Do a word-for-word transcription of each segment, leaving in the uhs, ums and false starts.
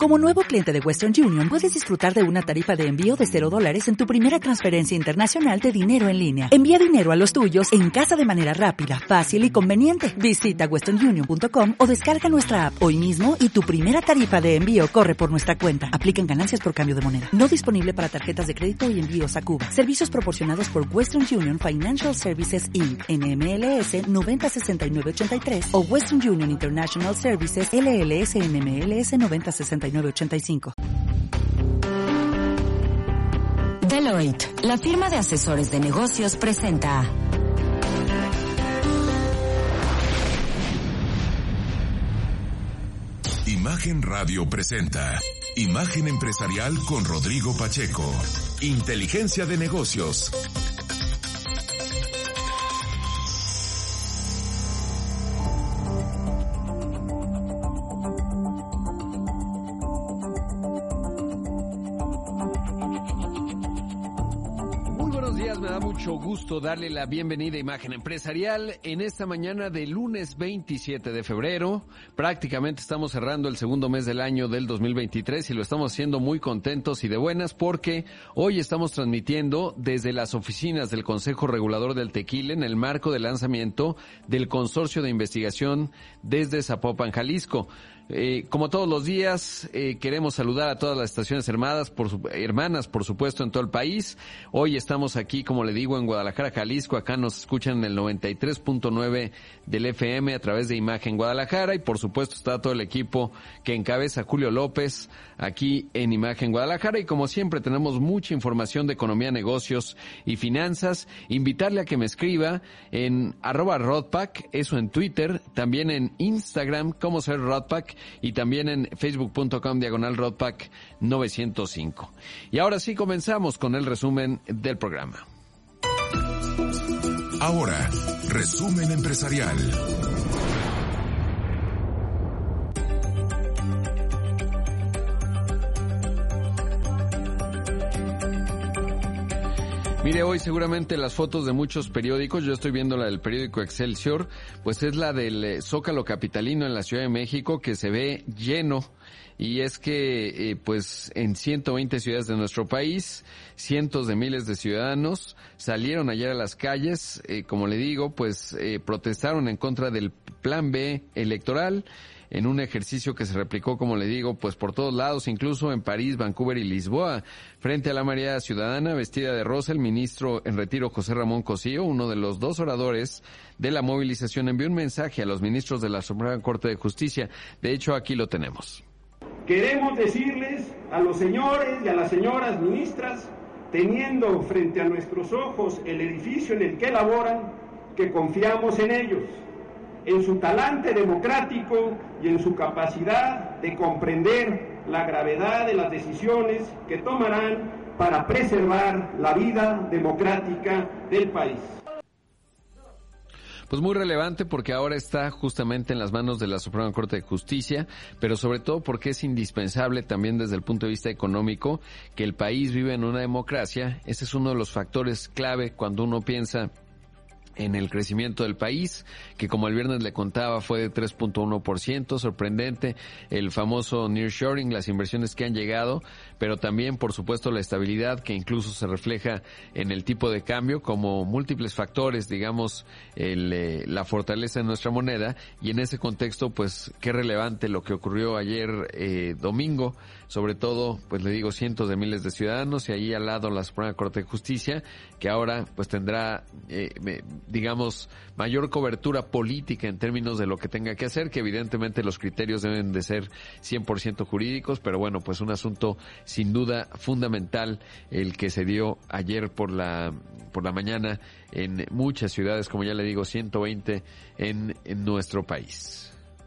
Como nuevo cliente de Western Union, puedes disfrutar de una tarifa de envío de cero dólares en tu primera transferencia internacional de dinero en línea. Envía dinero a los tuyos en casa de manera rápida, fácil y conveniente. Visita western union punto com o descarga nuestra app hoy mismo y tu primera tarifa de envío corre por nuestra cuenta. Aplican ganancias por cambio de moneda. No disponible para tarjetas de crédito y envíos a Cuba. Servicios proporcionados por Western Union Financial Services incorporated. N M L S noventa sesenta y nueve ochenta y tres o Western Union International Services L L S N M L S noventa sesenta y nueve ochenta y cinco. Deloitte, la firma de asesores de negocios, presenta Imagen Radio presenta Imagen Empresarial con Rodrigo Pacheco. Inteligencia de negocios. Mucho gusto darle la bienvenida a Imagen Empresarial en esta mañana de lunes veintisiete de febrero. Prácticamente estamos cerrando el segundo mes del año del dos mil veintitrés y lo estamos haciendo muy contentos y de buenas porque hoy estamos transmitiendo desde las oficinas del Consejo Regulador del Tequila en el marco del lanzamiento del Consorcio de Investigación desde Zapopan, Jalisco. Eh, como todos los días, eh, queremos saludar a todas las estaciones hermanas por, su, hermanas, por supuesto, en todo el país. Hoy estamos aquí, como le digo, en Guadalajara, Jalisco. Acá nos escuchan en el noventa y tres punto nueve del F M a través de Imagen Guadalajara. Y, por supuesto, está todo el equipo que encabeza Julio López aquí en Imagen Guadalajara. Y, como siempre, tenemos mucha información de economía, negocios y finanzas. Invitarle a que me escriba en arroba Rodpack, eso en Twitter, también en Instagram, como ser Rodpack, y también en facebook punto com diagonal Rodpack novecientos cinco. Y ahora sí comenzamos con el resumen del programa. Ahora, resumen empresarial. Mire, hoy seguramente las fotos de muchos periódicos, yo estoy viendo la del periódico Excelsior, pues es la del Zócalo capitalino en la Ciudad de México, que se ve lleno. Y es que, eh, pues, en ciento veinte ciudades de nuestro país, cientos de miles de ciudadanos salieron ayer a las calles, eh, como le digo, pues, eh, protestaron en contra del Plan B electoral, en un ejercicio que se replicó, como le digo, pues por todos lados, incluso en París, Vancouver y Lisboa. Frente a la marea ciudadana, vestida de rosa, el ministro en retiro José Ramón Cosío, uno de los dos oradores de la movilización, envió un mensaje a los ministros de la Suprema Corte de Justicia. De hecho, aquí lo tenemos. Queremos decirles a los señores y a las señoras ministras, teniendo frente a nuestros ojos el edificio en el que laboran, que confiamos en ellos, en su talante democrático y en su capacidad de comprender la gravedad de las decisiones que tomarán para preservar la vida democrática del país. Pues muy relevante porque ahora está justamente en las manos de la Suprema Corte de Justicia, pero sobre todo porque es indispensable también desde el punto de vista económico que el país vive en una democracia. Ese es uno de los factores clave cuando uno piensa en el crecimiento del país, que como el viernes le contaba fue de tres punto uno por ciento, sorprendente el famoso nearshoring, las inversiones que han llegado, pero también por supuesto la estabilidad que incluso se refleja en el tipo de cambio como múltiples factores, digamos, el, eh, la fortaleza de nuestra moneda, y en ese contexto pues qué relevante lo que ocurrió ayer eh, domingo, sobre todo pues le digo cientos de miles de ciudadanos y ahí al lado la Suprema Corte de Justicia, que ahora pues tendrá eh, digamos, mayor cobertura política en términos de lo que tenga que hacer, que evidentemente los criterios deben de ser cien por ciento jurídicos, pero bueno, pues un asunto sin duda fundamental el que se dio ayer por la por la mañana en muchas ciudades, como ya le digo, ciento veinte en, en nuestro país.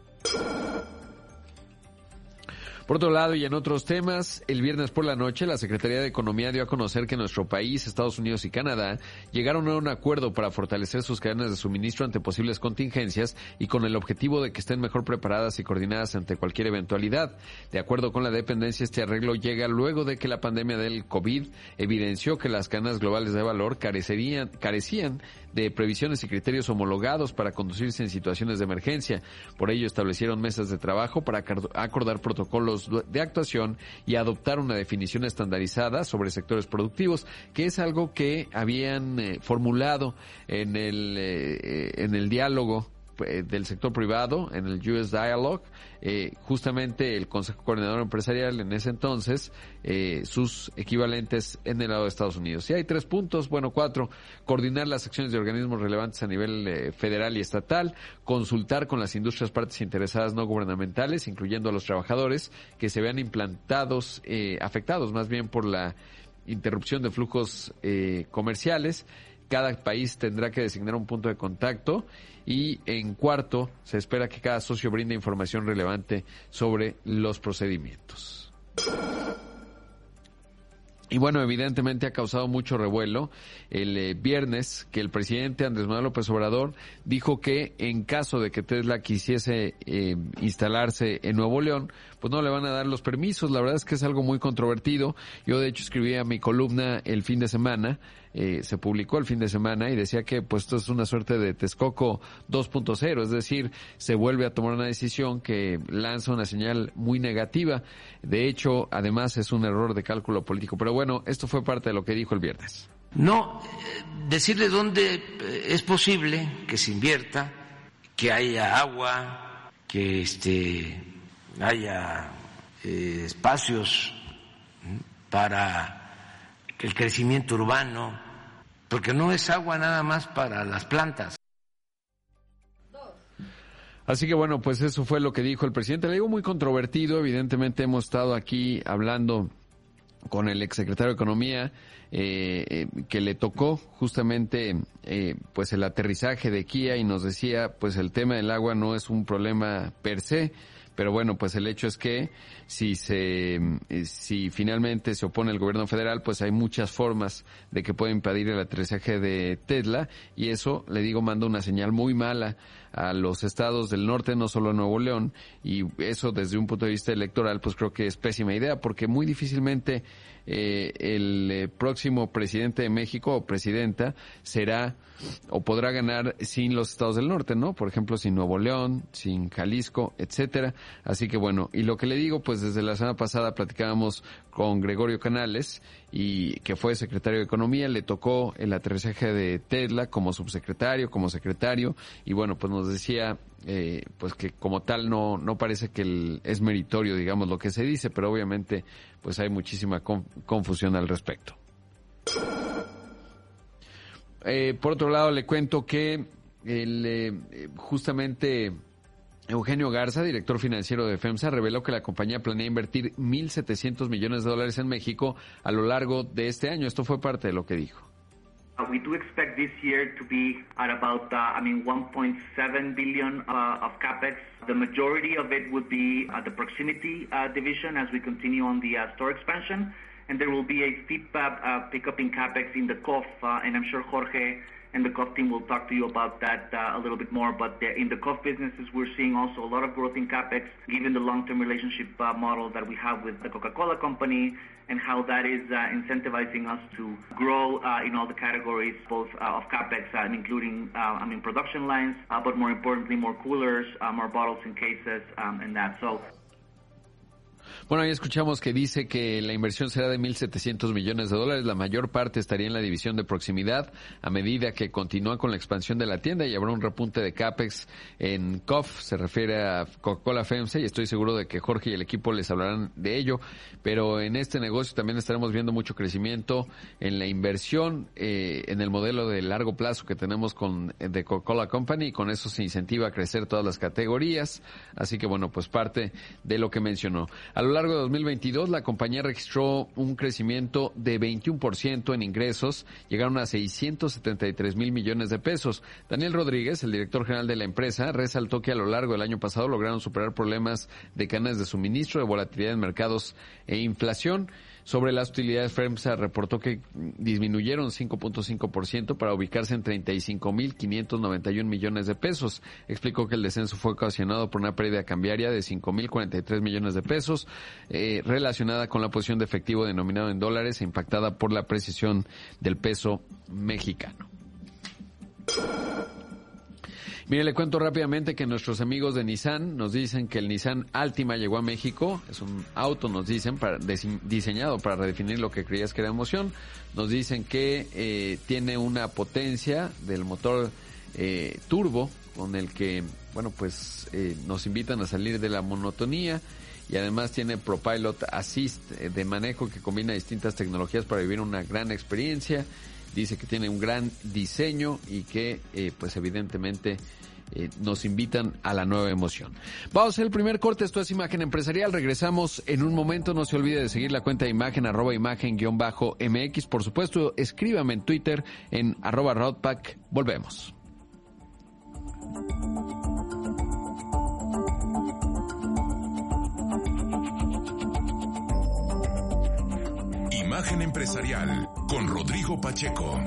Por otro lado, y en otros temas, el viernes por la noche, la Secretaría de Economía dio a conocer que nuestro país, Estados Unidos y Canadá llegaron a un acuerdo para fortalecer sus cadenas de suministro ante posibles contingencias y con el objetivo de que estén mejor preparadas y coordinadas ante cualquier eventualidad. De acuerdo con la dependencia, este arreglo llega luego de que la pandemia del COVID evidenció que las cadenas globales de valor carecerían, carecían de previsiones y criterios homologados para conducirse en situaciones de emergencia. Por ello, establecieron mesas de trabajo para acordar protocolos parámetros de actuación y adoptar una definición estandarizada sobre sectores productivos, que es algo que habían eh, formulado en el, eh, en el diálogo del sector privado, en el U S Dialogue, eh, justamente el Consejo Coordinador Empresarial en ese entonces, eh, sus equivalentes en el lado de Estados Unidos. Y hay tres puntos, bueno, cuatro: coordinar las acciones de organismos relevantes a nivel eh, federal y estatal, consultar con las industrias partes interesadas no gubernamentales, incluyendo a los trabajadores que se vean implantados, eh, afectados más bien por la interrupción de flujos eh, comerciales. Cada país tendrá que designar un punto de contacto y, en cuarto, se espera que cada socio brinde información relevante sobre los procedimientos. Y bueno, evidentemente ha causado mucho revuelo el eh, viernes que el presidente Andrés Manuel López Obrador dijo que en caso de que Tesla quisiese eh, instalarse en Nuevo León, pues no le van a dar los permisos. La verdad es que es algo muy controvertido. Yo de hecho escribí a mi columna el fin de semana, eh, se publicó el fin de semana y decía que pues esto es una suerte de Texcoco dos punto cero, es decir, se vuelve a tomar una decisión que lanza una señal muy negativa. De hecho, además es un error de cálculo político. Pero bueno, esto fue parte de lo que dijo el viernes. No, decirle dónde es posible que se invierta, que haya agua, que este haya eh, espacios para el crecimiento urbano, porque no es agua nada más para las plantas. Así que bueno, pues eso fue lo que dijo el presidente. Le digo muy controvertido, evidentemente hemos estado aquí hablando con el exsecretario de Economía, eh, eh, que le tocó justamente eh, pues el aterrizaje de Kia y nos decía, pues el tema del agua no es un problema per se, pero bueno, pues el hecho es que si se si finalmente se opone el gobierno federal, pues hay muchas formas de que pueda impedir el aterrizaje de Tesla, y eso, le digo, manda una señal muy mala a los estados del norte, no solo a Nuevo León, y eso desde un punto de vista electoral pues creo que es pésima idea, porque muy difícilmente eh, el eh, próximo presidente de México o presidenta será o podrá ganar sin los estados del norte, ¿no? Por ejemplo, sin Nuevo León, sin Jalisco, etcétera. Así que bueno, y lo que le digo, pues desde la semana pasada platicábamos con Gregorio Canales, y que fue secretario de Economía, le tocó el aterrizaje de Tesla como subsecretario, como secretario, y bueno, pues nos decía eh, pues que como tal no no parece que el, es meritorio, digamos, lo que se dice, pero obviamente pues hay muchísima conf- confusión al respecto. Eh, por otro lado, le cuento que el, eh, justamente Eugenio Garza, director financiero de FEMSA, reveló que la compañía planea invertir mil setecientos millones de dólares en México a lo largo de este año. Esto fue parte de lo que dijo. Uh, we do expect this year to be at about, uh, I mean, one point seven billion uh, of capex. The majority of it would be uh, the proximity uh, division as we continue on the uh, store expansion. And there will be a steep uh, uh, pickup in capex in the C O F, uh, and I'm sure Jorge and the C O F team will talk to you about that uh, a little bit more. But the, in the C O F businesses, we're seeing also a lot of growth in capex, given the long-term relationship uh, model that we have with the Coca-Cola company, and how that is uh, incentivizing us to grow uh, in all the categories, both uh, of capex, uh, including, uh, I mean, production lines, uh, but more importantly, more coolers, uh, more bottles and cases, um, and that. So. Bueno, ahí escuchamos que dice que la inversión será de mil setecientos millones de dólares. La mayor parte estaría en la división de proximidad a medida que continúa con la expansión de la tienda, y habrá un repunte de CAPEX en C O F, se refiere a Coca-Cola FEMSA, y estoy seguro de que Jorge y el equipo les hablarán de ello. Pero en este negocio también estaremos viendo mucho crecimiento en la inversión, eh, en el modelo de largo plazo que tenemos con de Coca-Cola Company, y con eso se incentiva a crecer todas las categorías. Así que bueno, pues parte de lo que mencionó. A lo largo de dos mil veintidós, la compañía registró un crecimiento de veintiuno por ciento en ingresos, llegaron a seiscientos setenta y tres mil millones de pesos. Daniel Rodríguez, el director general de la empresa, resaltó que a lo largo del año pasado lograron superar problemas de cadenas de suministro, de volatilidad en mercados e inflación. Sobre las utilidades, FEMSA reportó que disminuyeron cinco punto cinco por ciento para ubicarse en treinta y cinco mil quinientos noventa y uno millones de pesos. Explicó que el descenso fue ocasionado por una pérdida cambiaria de cinco mil cuarenta y tres millones de pesos, eh, relacionada con la posición de efectivo denominado en dólares e impactada por la apreciación del peso mexicano. Mire, le cuento rápidamente que nuestros amigos de Nissan nos dicen que el Nissan Altima llegó a México. Es un auto, nos dicen, para, diseñado para redefinir lo que creías que era emoción. Nos dicen que eh, tiene una potencia del motor eh, turbo con el que, bueno, pues eh, nos invitan a salir de la monotonía. Y además tiene ProPilot Assist eh, de manejo que combina distintas tecnologías para vivir una gran experiencia. Dice que tiene un gran diseño y que, eh, pues evidentemente, eh, nos invitan a la nueva emoción. Vamos a hacer el primer corte. Esto es Imagen Empresarial. Regresamos en un momento. No se olvide de seguir la cuenta de Imagen, arroba imagen guión bajo M X. Por supuesto, escríbame en Twitter en arroba Rodpack. Volvemos. Imagen Empresarial con Rodrigo Pacheco.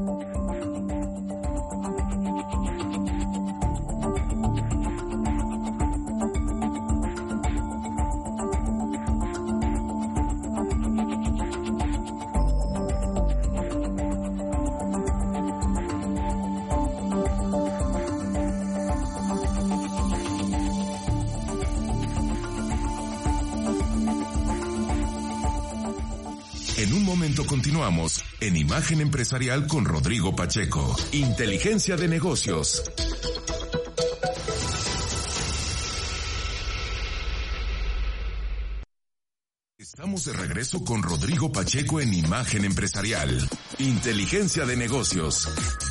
En un momento continuamos en Imagen Empresarial con Rodrigo Pacheco. Inteligencia de negocios. Estamos de regreso con Rodrigo Pacheco en Imagen Empresarial. Inteligencia de negocios.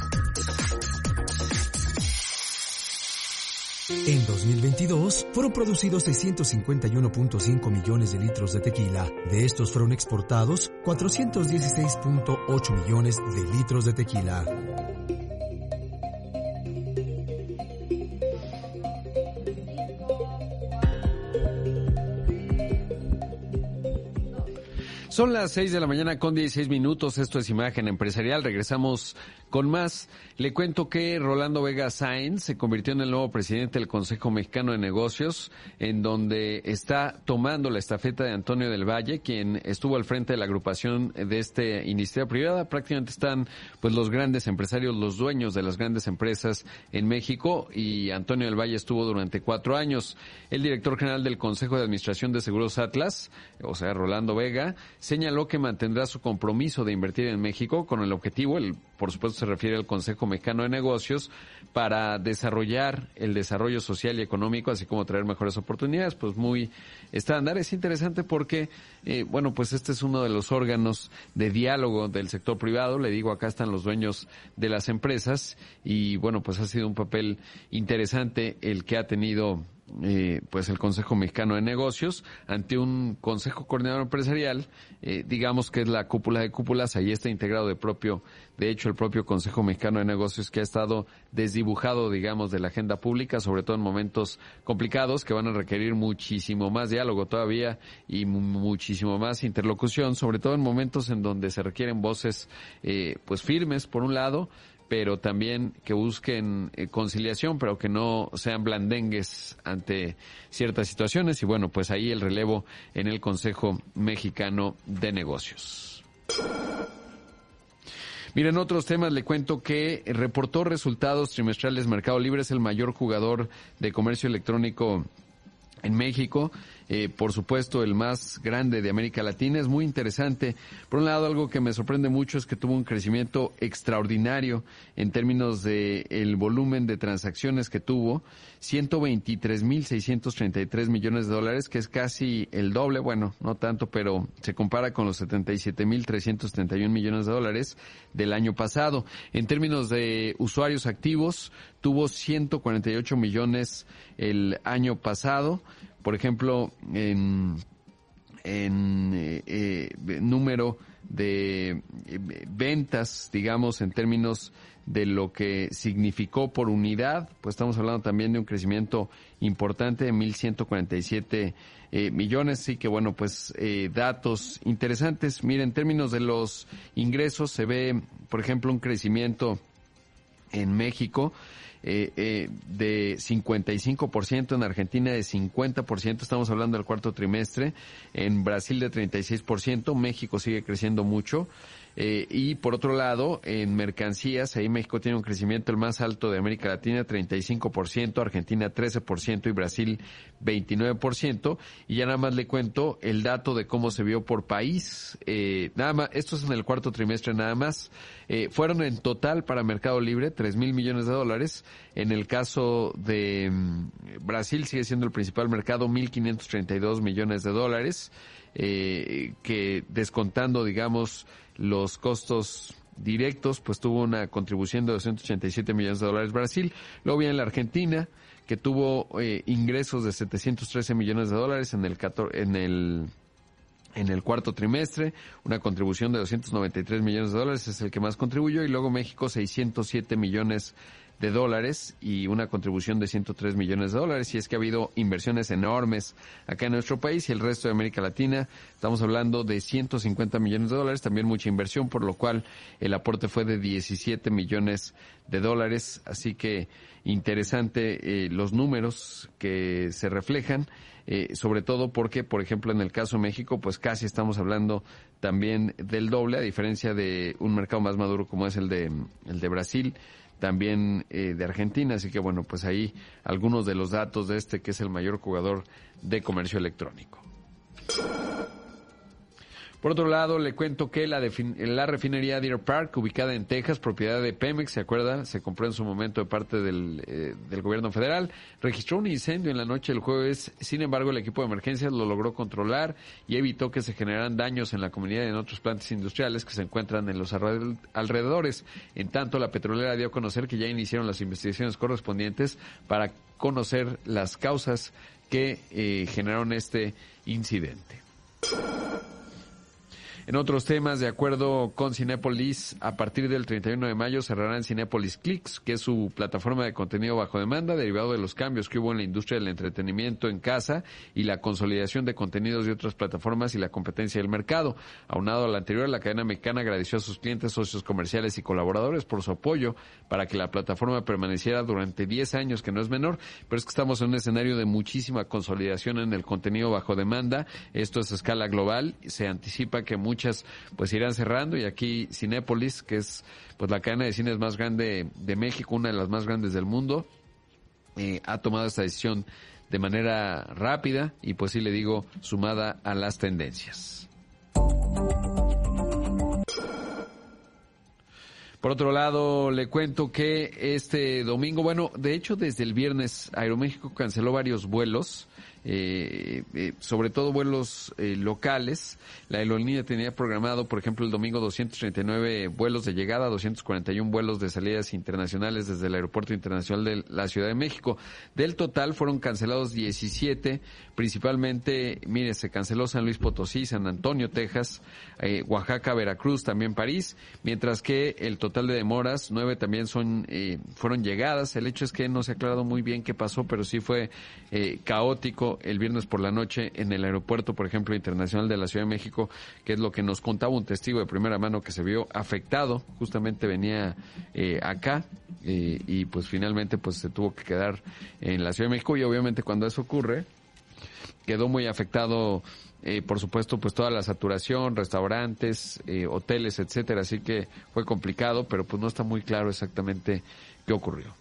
En dos mil veintidós fueron producidos seiscientos cincuenta y uno punto cinco millones de litros de tequila. De estos fueron exportados cuatrocientos dieciséis punto ocho millones de litros de tequila. Son las seis de la mañana con dieciséis minutos. Esto es Imagen Empresarial. Regresamos con más. Le cuento que Rolando Vega Sáenz se convirtió en el nuevo presidente del Consejo Mexicano de Negocios, en donde está tomando la estafeta de Antonio del Valle, quien estuvo al frente de la agrupación de esta iniciativa privada. Prácticamente están pues los grandes empresarios, los dueños de las grandes empresas en México, y Antonio del Valle estuvo durante cuatro años. El director general del Consejo de Administración de Seguros Atlas, o sea, Rolando Vega, señaló que mantendrá su compromiso de invertir en México con el objetivo, el, por supuesto se refiere al Consejo Mexicano de Negocios, para desarrollar el desarrollo social y económico, así como traer mejores oportunidades, pues muy estándar. Es interesante porque, eh, bueno, pues este es uno de los órganos de diálogo del sector privado. Le digo, acá están los dueños de las empresas y, bueno, pues ha sido un papel interesante el que ha tenido Eh, pues el Consejo Mexicano de Negocios ante un Consejo Coordinador Empresarial, eh, digamos que es la cúpula de cúpulas. Ahí está integrado de propio, de hecho el propio Consejo Mexicano de Negocios, que ha estado desdibujado, digamos, de la agenda pública, sobre todo en momentos complicados que van a requerir muchísimo más diálogo todavía y muchísimo más interlocución, sobre todo en momentos en donde se requieren voces eh, pues firmes por un lado, pero también que busquen eh, conciliación, pero que no sean blandengues ante ciertas situaciones. Y bueno, pues ahí el relevo en el Consejo Mexicano de Negocios. Miren, otros temas, le cuento que reportó resultados trimestrales Mercado Libre, es el mayor jugador de comercio electrónico en México, eh, por supuesto el más grande de América Latina. Es muy interesante. Por un lado, algo que me sorprende mucho es que tuvo un crecimiento extraordinario en términos de el volumen de transacciones que tuvo, ciento veintitrés mil seiscientos treinta y tres millones de dólares, que es casi el doble, bueno, no tanto, pero se compara con los setenta y siete mil trescientos treinta y uno millones de dólares del año pasado. En términos de usuarios activos, tuvo ciento cuarenta y ocho millones el año pasado. Por ejemplo, en, en eh, eh, número de eh, ventas, digamos, en términos de lo que significó por unidad, pues estamos hablando también de un crecimiento importante de mil ciento cuarenta y siete eh, millones. Así que, bueno, pues eh, datos interesantes. Miren, en términos de los ingresos se ve, por ejemplo, un crecimiento en México Eh, eh, de cincuenta y cinco por ciento, en Argentina de cincuenta por ciento, estamos hablando del cuarto trimestre, en Brasil de treinta y seis por ciento, México sigue creciendo mucho, Eh, y por otro lado, en mercancías, ahí México tiene un crecimiento el más alto de América Latina, treinta y cinco por ciento, Argentina trece por ciento y Brasil veintinueve por ciento. Y ya nada más le cuento el dato de cómo se vio por país. Eh, nada más, esto es en el cuarto trimestre nada más. Eh, fueron en total para Mercado Libre tres mil millones de dólares. En el caso de um, Brasil sigue siendo el principal mercado, mil quinientos treinta y dos millones de dólares. Eh, que descontando, digamos, los costos directos, pues tuvo una contribución de doscientos ochenta y siete millones de dólares Brasil. Luego viene la Argentina, que tuvo eh, ingresos de setecientos trece millones de dólares en el en el en el cuarto trimestre, una contribución de doscientos noventa y tres millones de dólares, es el que más contribuyó, y luego México seiscientos siete millones de dólares y una contribución de ciento tres millones de dólares. Y es que ha habido inversiones enormes acá en nuestro país y el resto de América Latina. Estamos hablando de ciento cincuenta millones de dólares, también mucha inversión, por lo cual el aporte fue de diecisiete millones de dólares. Así que interesante eh, los números que se reflejan, eh, sobre todo porque, por ejemplo, en el caso de México, pues casi estamos hablando también del doble, a diferencia de un mercado más maduro como es el de el de Brasil, también eh, de Argentina. Así que bueno, pues ahí algunos de los datos de este que es el mayor jugador de comercio electrónico. Por otro lado, le cuento que la, defin- la refinería Deer Park, ubicada en Texas, propiedad de Pemex, ¿se acuerda? Se compró en su momento de parte del, eh, del gobierno federal. Registró un incendio en la noche del jueves. Sin embargo, el equipo de emergencias lo logró controlar y evitó que se generaran daños en la comunidad y en otros plantas industriales que se encuentran en los alrededores. En tanto, la petrolera dio a conocer que ya iniciaron las investigaciones correspondientes para conocer las causas que eh, generaron este incidente. En otros temas, de acuerdo con Cinépolis, a partir del treinta y uno de mayo cerrarán Cinépolis Clix, que es su plataforma de contenido bajo demanda, derivado de los cambios que hubo en la industria del entretenimiento en casa y la consolidación de contenidos de otras plataformas y la competencia del mercado. Aunado a lo anterior, la cadena mexicana agradeció a sus clientes, socios comerciales y colaboradores por su apoyo para que la plataforma permaneciera durante diez años, que no es menor, pero es que estamos en un escenario de muchísima consolidación en el contenido bajo demanda. Esto es a escala global. Se anticipa que muchos muchas pues irán cerrando, y aquí Cinépolis, que es pues la cadena de cines más grande de México, una de las más grandes del mundo, eh, ha tomado esta decisión de manera rápida y pues sí le digo, sumada a las tendencias. Por otro lado, le cuento que este domingo, bueno, de hecho desde el viernes Aeroméxico canceló varios vuelos, eh, eh, sobre todo vuelos eh, locales. La aerolínea tenía programado, por ejemplo, el domingo doscientos treinta y nueve vuelos de llegada, doscientos cuarenta y uno vuelos de salidas internacionales desde el Aeropuerto Internacional de la Ciudad de México. Del total fueron cancelados diecisiete, principalmente, mire, se canceló San Luis Potosí, San Antonio, Texas, eh, Oaxaca, Veracruz, también París, mientras que el total de demoras, nueve también son eh, fueron llegadas. El hecho es que no se ha aclarado muy bien qué pasó, pero sí fue eh, caótico el viernes por la noche en el aeropuerto, por ejemplo, internacional de la Ciudad de México, que es lo que nos contaba un testigo de primera mano que se vio afectado. Justamente venía eh, acá eh, y pues finalmente pues se tuvo que quedar en la Ciudad de México, y obviamente cuando eso ocurre quedó muy afectado, eh, por supuesto, pues toda la saturación, restaurantes, eh, hoteles, etcétera. Así que fue complicado, pero pues no está muy claro exactamente qué ocurrió.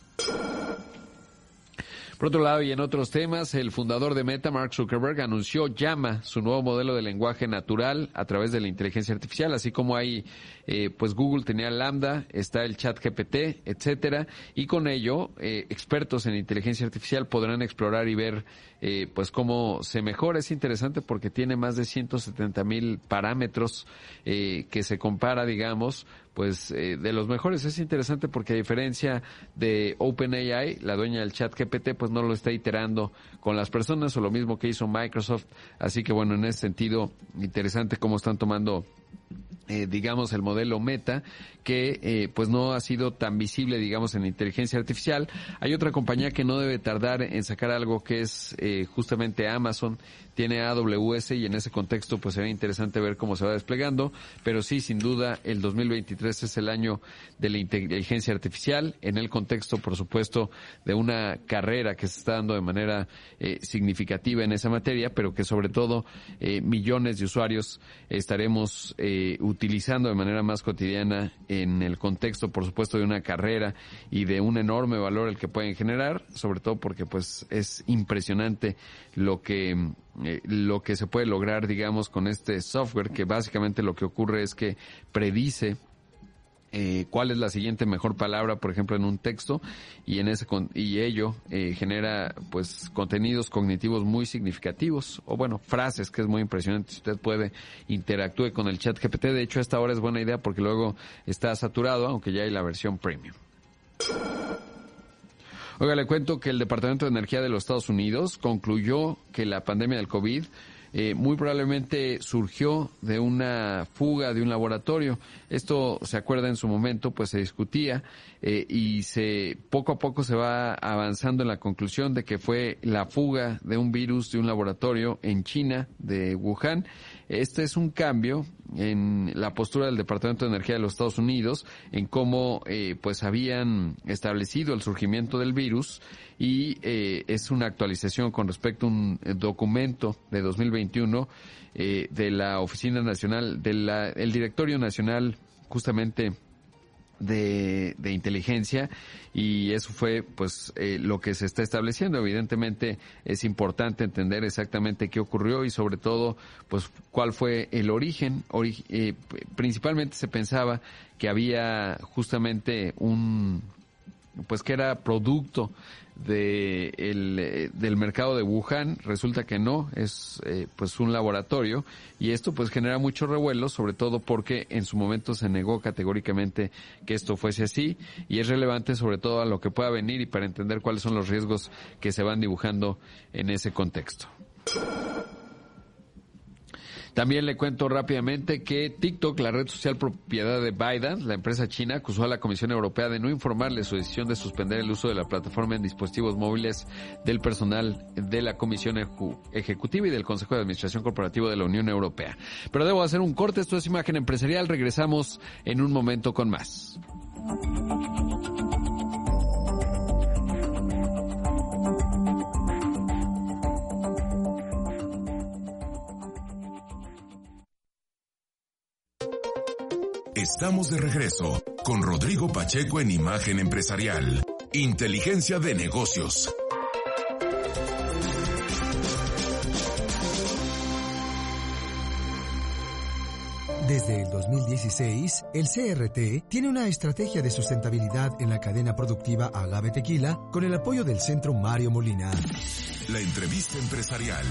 Por otro lado, y en otros temas, el fundador de Meta, Mark Zuckerberg, anunció Llama, su nuevo modelo de lenguaje natural a través de la inteligencia artificial. Así como hay, eh, pues Google tenía Lambda, está el Chat G P T, etcétera, y con ello, eh, expertos en inteligencia artificial podrán explorar y ver, eh, pues cómo se mejora. Es interesante porque tiene más de ciento setenta mil parámetros, eh, que se compara, digamos, pues eh, de los mejores. Es interesante porque a diferencia de OpenAI, la dueña del Chat G P T, pues no lo está iterando con las personas, o lo mismo que hizo Microsoft. Así que bueno, en ese sentido, interesante cómo están tomando Eh, digamos, el modelo Meta, que eh, pues no ha sido tan visible, digamos, en inteligencia artificial. Hay otra compañía que no debe tardar en sacar algo, que es eh, justamente Amazon. Tiene A W S, y en ese contexto pues será interesante ver cómo se va desplegando, pero sí, sin duda, el dos mil veintitrés es el año de la inteligencia artificial, en el contexto, por supuesto, de una carrera que se está dando de manera eh, significativa en esa materia, pero que sobre todo eh, millones de usuarios estaremos eh, utilizando utilizando de manera más cotidiana en el contexto, por supuesto, de una carrera y de un enorme valor el que pueden generar, sobre todo porque pues es impresionante lo que eh, lo que se puede lograr, digamos, con este software, que básicamente lo que ocurre es que predice Eh, cuál es la siguiente mejor palabra, por ejemplo, en un texto, y en ese con, y ello eh, genera pues contenidos cognitivos muy significativos, o bueno, frases, que es muy impresionante. Si usted puede, interactúe con el chat G P T. De hecho, a esta hora es buena idea porque luego está saturado, aunque ya hay la versión premium. Oiga, le cuento que el Departamento de Energía de los Estados Unidos concluyó que la pandemia del COVID Eh, muy probablemente surgió de una fuga de un laboratorio. Esto, se acuerda, en su momento pues se discutía eh, y se poco a poco se va avanzando en la conclusión de que fue la fuga de un virus de un laboratorio en China, de Wuhan. Este es un cambio en la postura del Departamento de Energía de los Estados Unidos, en cómo eh, pues habían establecido el surgimiento del virus, y eh, es una actualización con respecto a un documento de dos mil veintiuno eh, de la Oficina Nacional, del el Directorio Nacional justamente de, de inteligencia, y eso fue pues eh, lo que se está estableciendo. Evidentemente es importante entender exactamente qué ocurrió y sobre todo pues cuál fue el origen. Ori- eh, principalmente se pensaba que había justamente un pues que era producto de el, del mercado de Wuhan. Resulta que no, es eh, pues un laboratorio, y esto pues genera mucho revuelo, sobre todo porque en su momento se negó categóricamente que esto fuese así, y es relevante sobre todo a lo que pueda venir y para entender cuáles son los riesgos que se van dibujando en ese contexto. También le cuento rápidamente que TikTok, la red social propiedad de ByteDance, la empresa china, acusó a la Comisión Europea de no informarle su decisión de suspender el uso de la plataforma en dispositivos móviles del personal de la Comisión Ejecutiva y del Consejo de Administración Corporativo de la Unión Europea. Pero debo hacer un corte. Esto es Imagen Empresarial. Regresamos en un momento con más. Estamos de regreso con Rodrigo Pacheco en Imagen Empresarial. Inteligencia de negocios. Desde el dos mil dieciséis, el C R T tiene una estrategia de sustentabilidad en la cadena productiva Agave Tequila con el apoyo del Centro Mario Molina. La entrevista empresarial.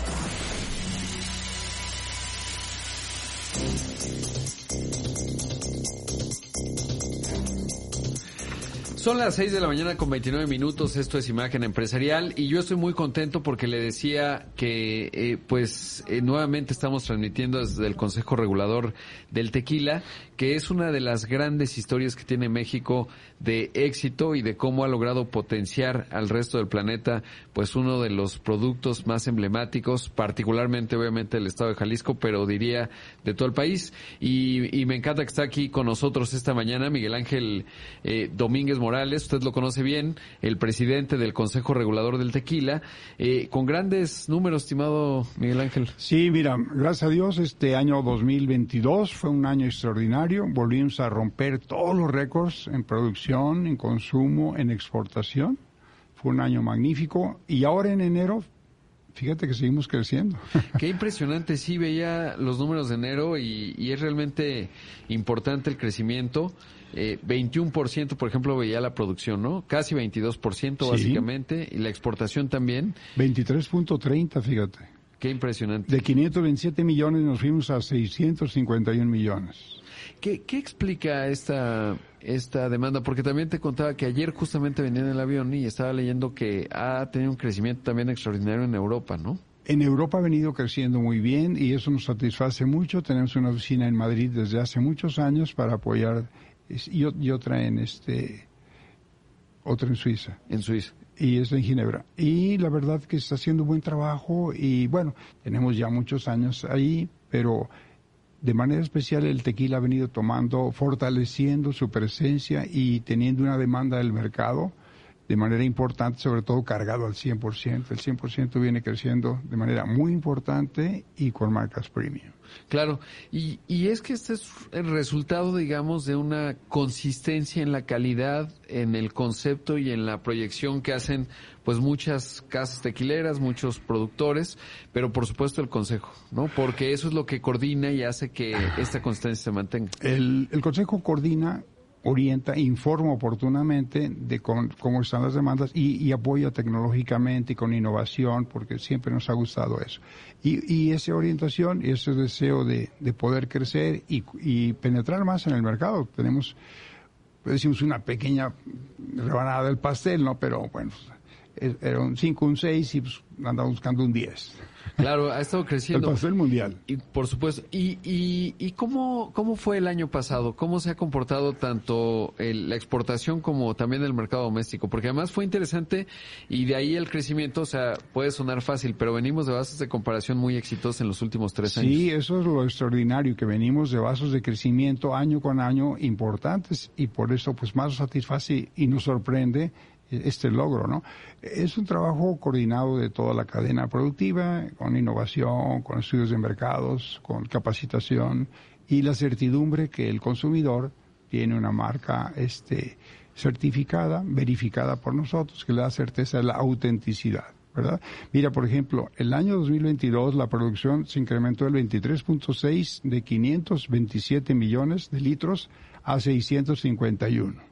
Son las seis de la mañana con veintinueve minutos, esto es Imagen Empresarial, y yo estoy muy contento porque le decía que eh, pues eh, nuevamente estamos transmitiendo desde el Consejo Regulador del Tequila, que es una de las grandes historias que tiene México de éxito y de cómo ha logrado potenciar al resto del planeta pues uno de los productos más emblemáticos, particularmente obviamente del estado de Jalisco, pero diría de todo el país, y, y me encanta que está aquí con nosotros esta mañana Miguel Ángel eh, Domínguez Morales. Usted lo conoce bien, el presidente del Consejo Regulador del Tequila, eh, con grandes números, estimado Miguel Ángel. Sí, mira, gracias a Dios, este año dos mil veintidós fue un año extraordinario. Volvimos a romper todos los récords en producción, en consumo, en exportación. Fue un año magnífico, y ahora en enero, fíjate que seguimos creciendo. Qué impresionante, sí, veía los números de enero y, y es realmente importante el crecimiento. Eh, veintiuno por ciento, por ejemplo, veía la producción, ¿no? Casi veintidós por ciento sí, básicamente, y la exportación también. veintitrés punto treinta, fíjate. Qué impresionante. De quinientos veintisiete millones nos fuimos a seiscientos cincuenta y un millones. ¿Qué, qué explica esta esta demanda? Porque también te contaba que ayer justamente venía en el avión y estaba leyendo que ha tenido un crecimiento también extraordinario en Europa, ¿no? En Europa ha venido creciendo muy bien y eso nos satisface mucho. Tenemos una oficina en Madrid desde hace muchos años para apoyar, y, y otra en este, otra en Suiza. En Suiza. Y es en Ginebra. Y la verdad que está haciendo buen trabajo y bueno, tenemos ya muchos años ahí, pero de manera especial el tequila ha venido tomando, fortaleciendo su presencia y teniendo una demanda del mercado de manera importante, sobre todo cargado al cien por ciento. El cien por ciento viene creciendo de manera muy importante y con marcas premium. Claro, y, y es que este es el resultado, digamos, de una consistencia en la calidad, en el concepto y en la proyección que hacen pues muchas casas tequileras, muchos productores, pero por supuesto el Consejo, ¿no? Porque eso es lo que coordina y hace que esta consistencia se mantenga. El, el Consejo coordina, orienta, informa oportunamente de con, cómo están las demandas y, y apoya tecnológicamente y con innovación, porque siempre nos ha gustado eso. Y, y esa orientación y ese deseo de, de poder crecer y, y penetrar más en el mercado. Tenemos, decimos, una pequeña rebanada del pastel, ¿no? Pero bueno, era un cinco, un seis y pues andamos buscando un diez. Claro, ha estado creciendo. El pastel mundial. Y por supuesto. ¿Y, y, y cómo, cómo fue el año pasado? ¿Cómo se ha comportado tanto el, la exportación como también el mercado doméstico? Porque además fue interesante y de ahí el crecimiento, o sea, puede sonar fácil, pero venimos de bases de comparación muy exitosas en los últimos tres años. Sí, eso es lo extraordinario, que venimos de bases de crecimiento año con año importantes y por eso pues más nos satisface y nos sorprende este logro, ¿no? Es un trabajo coordinado de toda la cadena productiva, con innovación, con estudios de mercados, con capacitación y la certidumbre que el consumidor tiene una marca este certificada, verificada por nosotros, que le da certeza de la autenticidad, ¿verdad? Mira, por ejemplo, el año dos mil veintidós la producción se incrementó del veintitrés punto seis de quinientos veintisiete millones de litros a seiscientos cincuenta y uno.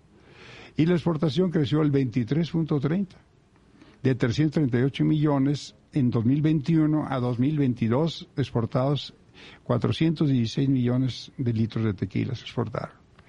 Y la exportación creció el veintitrés punto treinta, de trescientos treinta y ocho millones en dos mil veintiuno a dos mil veintidós exportados cuatrocientos dieciséis millones de litros de tequila se exportaron.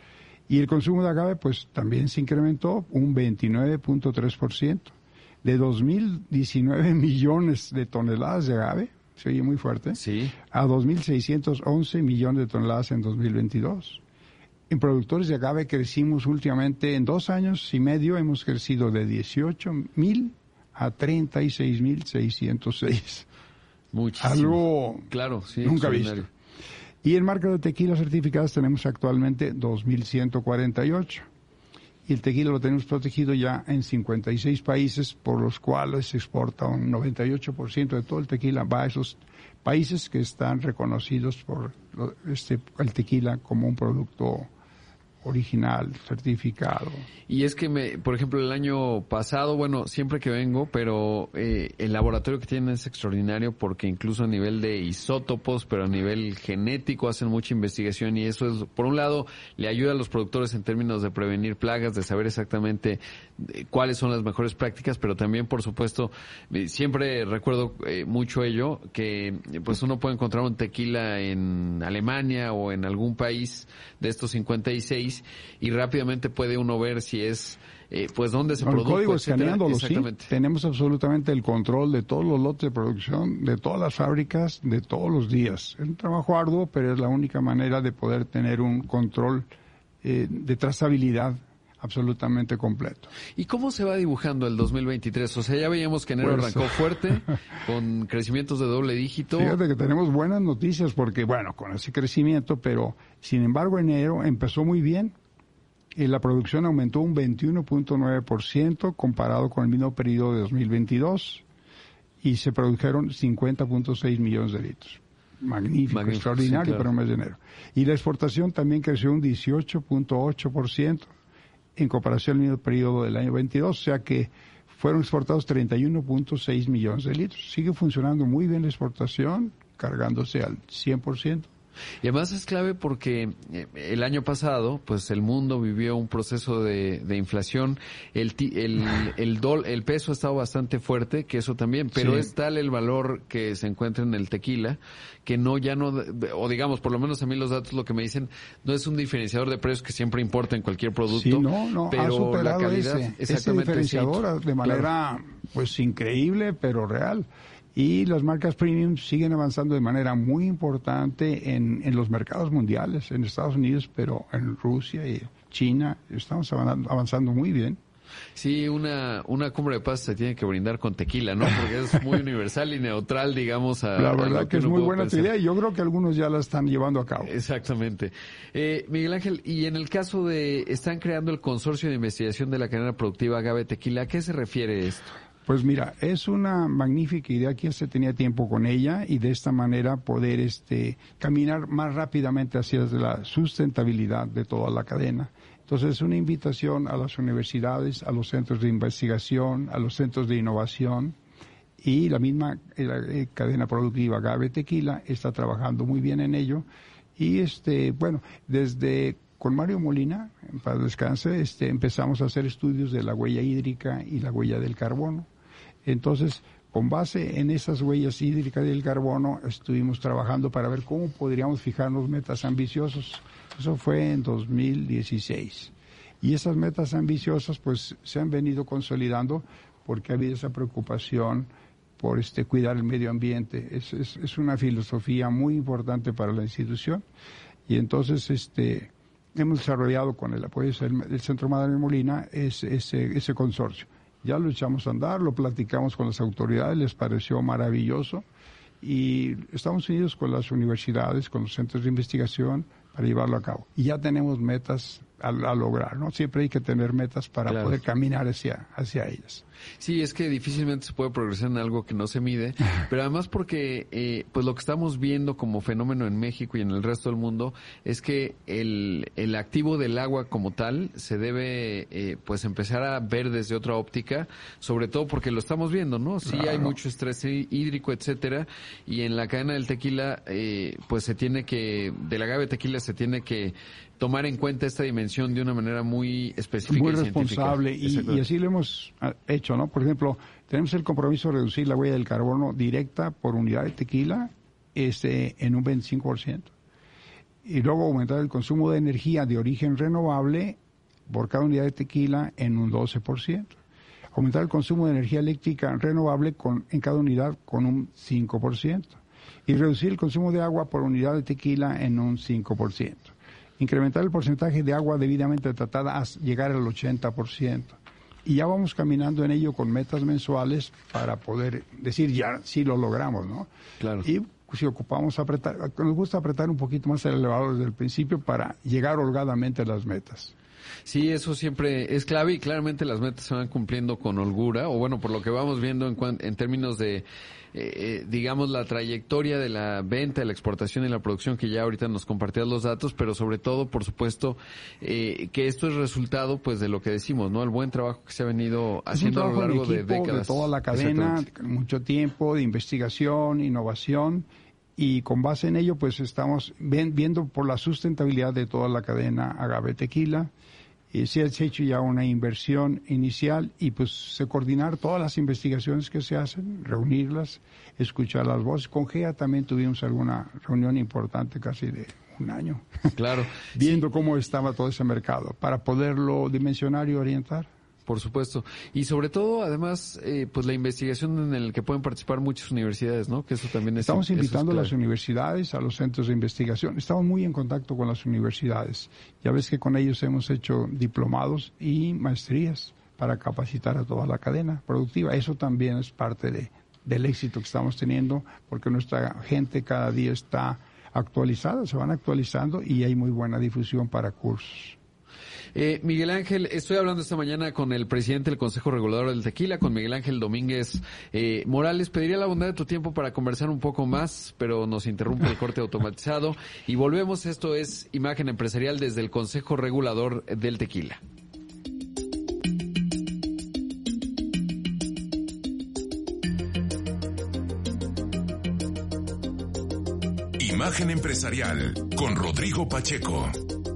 Y el consumo de agave pues también se incrementó un veintinueve punto tres por ciento, de dos mil diecinueve millones de toneladas de agave, se oye muy fuerte, sí, a dos mil seiscientos once millones de toneladas en dos mil veintidós. En productores de agave crecimos últimamente, en dos años y medio hemos crecido de dieciocho mil a treinta y seis mil seiscientos seis. Muchísimo. Algo claro, sí, nunca visto. Y en marcas de tequila certificadas tenemos actualmente dos mil ciento cuarenta y ocho. Y el tequila lo tenemos protegido ya en cincuenta y seis países, por los cuales se exporta un noventa y ocho por ciento de todo el tequila, va a esos países que están reconocidos por este el tequila como un producto original, certificado. Y es que, me, por ejemplo, el año pasado, bueno, siempre que vengo, pero eh, el laboratorio que tienen es extraordinario porque incluso a nivel de isótopos, pero a nivel genético hacen mucha investigación y eso es, por un lado, le ayuda a los productores en términos de prevenir plagas, de saber exactamente cuáles son las mejores prácticas, pero también, por supuesto, siempre recuerdo eh, mucho ello, que pues uno puede encontrar un tequila en Alemania o en algún país de estos cincuenta y seis y rápidamente puede uno ver si es, eh, pues, dónde se no, produjo, el código etcétera. escaneándolo, sí. Tenemos absolutamente el control de todos los lotes de producción, de todas las fábricas, de todos los días. Es un trabajo arduo, pero es la única manera de poder tener un control eh, de trazabilidad absolutamente completo. ¿Y cómo se va dibujando el dos mil veintitrés? O sea, ya veíamos que enero pues, arrancó fuerte, con crecimientos de doble dígito. Fíjate que tenemos buenas noticias porque, bueno, con ese crecimiento, pero sin embargo enero empezó muy bien y la producción aumentó un veintiuno punto nueve por ciento comparado con el mismo periodo de dos mil veintidós y se produjeron cincuenta punto seis millones de litros. Magnífico, Magnífico extraordinario, sí, claro, para un mes de enero. Y la exportación también creció un dieciocho punto ocho por ciento. En comparación al mismo periodo del año veintidós, o sea que fueron exportados treinta y uno punto seis millones de litros. Sigue funcionando muy bien la exportación, cargándose al cien por ciento. Y además es clave porque el año pasado, pues el mundo vivió un proceso de, de inflación, el el el, dol, el peso ha estado bastante fuerte, que eso también, pero sí, es tal el valor que se encuentra en el tequila, que no, ya no, o digamos, por lo menos a mí los datos lo que me dicen, no es un diferenciador de precios que siempre importa en cualquier producto, sí, no, no, pero ha superado la calidad, ese, exactamente, ese diferenciador sí, de manera, claro, pues increíble, pero real. Y las marcas premium siguen avanzando de manera muy importante en, en los mercados mundiales, en Estados Unidos, pero en Rusia y China estamos avanzando muy bien. Sí, una una cumbre de paz se tiene que brindar con tequila, ¿no? Porque es muy universal y neutral, digamos. A, la verdad a lo que, que es muy buena pensar. idea y yo creo que algunos ya la están llevando a cabo. Exactamente. Eh, Miguel Ángel, y en el caso de, están creando el consorcio de investigación de la cadena productiva Agave Tequila, ¿a qué se refiere esto? Pues mira, es una magnífica idea que ya se tenía tiempo con ella y de esta manera poder este caminar más rápidamente hacia la sustentabilidad de toda la cadena. Entonces es una invitación a las universidades, a los centros de investigación, a los centros de innovación y la misma eh, cadena productiva Agave Tequila está trabajando muy bien en ello y este bueno, desde con Mario Molina, para descanse, este empezamos a hacer estudios de la huella hídrica y la huella del carbono. Entonces, con base en esas huellas hídricas del carbono, estuvimos trabajando para ver cómo podríamos fijarnos metas ambiciosas. Eso fue en dos mil dieciséis. Y esas metas ambiciosas, pues, se han venido consolidando porque ha habido esa preocupación por este cuidar el medio ambiente. Es, es, es una filosofía muy importante para la institución. Y entonces, este, hemos desarrollado con el apoyo del, del Centro Mario Molina ese, ese, ese consorcio. Ya lo echamos a andar, lo platicamos con las autoridades, les pareció maravilloso y estamos unidos con las universidades, con los centros de investigación para llevarlo a cabo. Y ya tenemos metas a, a lograr, ¿no? Siempre hay que tener metas para claro. poder caminar hacia, hacia ellas. Sí, es que difícilmente se puede progresar en algo que no se mide, pero además porque eh, pues lo que estamos viendo como fenómeno en México y en el resto del mundo es que el, el activo del agua como tal se debe eh, pues empezar a ver desde otra óptica, sobre todo porque lo estamos viendo, ¿no? Sí claro. hay mucho estrés hídrico, etcétera, y en la cadena del tequila eh, pues se tiene que, del agave tequila se tiene que tomar en cuenta esta dimensión de una manera muy específica muy y responsable y, y así lo hemos hecho, ¿no? Por ejemplo, tenemos el compromiso de reducir la huella del carbono directa por unidad de tequila este en un veinticinco por ciento y luego aumentar el consumo de energía de origen renovable por cada unidad de tequila en un doce por ciento. Aumentar el consumo de energía eléctrica renovable con, en cada unidad con un cinco por ciento y reducir el consumo de agua por unidad de tequila en un cinco por ciento. Incrementar el porcentaje de agua debidamente tratada hasta llegar al ochenta por ciento. Y ya vamos caminando en ello con metas mensuales para poder decir ya sí lo logramos, ¿no? Claro. Y si ocupamos apretar, nos gusta apretar un poquito más el elevador desde el principio para llegar holgadamente a las metas. Sí, eso siempre es clave y claramente las metas se van cumpliendo con holgura, o bueno, por lo que vamos viendo en, en términos de, eh, digamos, la trayectoria de la venta, de la exportación y la producción, que ya ahorita nos compartías los datos, pero sobre todo, por supuesto, eh, que esto es resultado, pues, de lo que decimos, ¿no? El buen trabajo que se ha venido haciendo a lo largo de décadas. De toda la cadena, mucho tiempo de investigación, innovación, y con base en ello, pues, estamos ven, viendo por la sustentabilidad de toda la cadena Agave Tequila. Y se ha hecho ya una inversión inicial y pues se coordinar todas las investigaciones que se hacen, reunirlas, escuchar las voces. Con G E A también tuvimos alguna reunión importante, casi de un año. Claro. Viendo sí. cómo estaba todo ese mercado, para poderlo dimensionar y orientar. Por supuesto. Y sobre todo, además, eh, pues la investigación en la que pueden participar muchas universidades, ¿no? Que eso también es... Estamos invitando es a las universidades, a los centros de investigación. Estamos muy en contacto con las universidades. Ya ves que con ellos hemos hecho diplomados y maestrías para capacitar a toda la cadena productiva. Eso también es parte de, del éxito que estamos teniendo, porque nuestra gente cada día está actualizada, se van actualizando y hay muy buena difusión para cursos. Eh, Miguel Ángel, estoy hablando esta mañana con el presidente del Consejo Regulador del Tequila, con Miguel Ángel Domínguez eh, Morales. Pediría la bondad de tu tiempo para conversar un poco más, pero nos interrumpe el corte automatizado. Y volvemos, esto es Imagen Empresarial desde el Consejo Regulador del Tequila. Imagen Empresarial con Rodrigo Pacheco.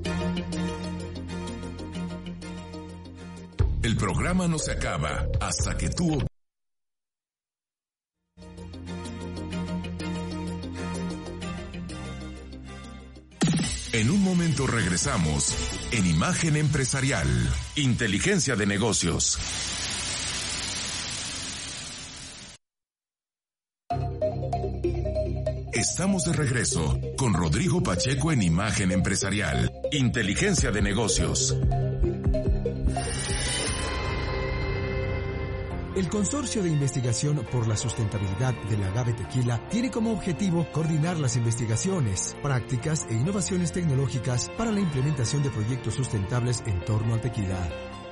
El programa no se acaba hasta que tú... En un momento regresamos en Imagen Empresarial, Inteligencia de Negocios. Estamos de regreso con Rodrigo Pacheco en Imagen Empresarial, Inteligencia de Negocios. El Consorcio de Investigación por la Sustentabilidad del Agave Tequila tiene como objetivo coordinar las investigaciones, prácticas e innovaciones tecnológicas para la implementación de proyectos sustentables en torno al tequila.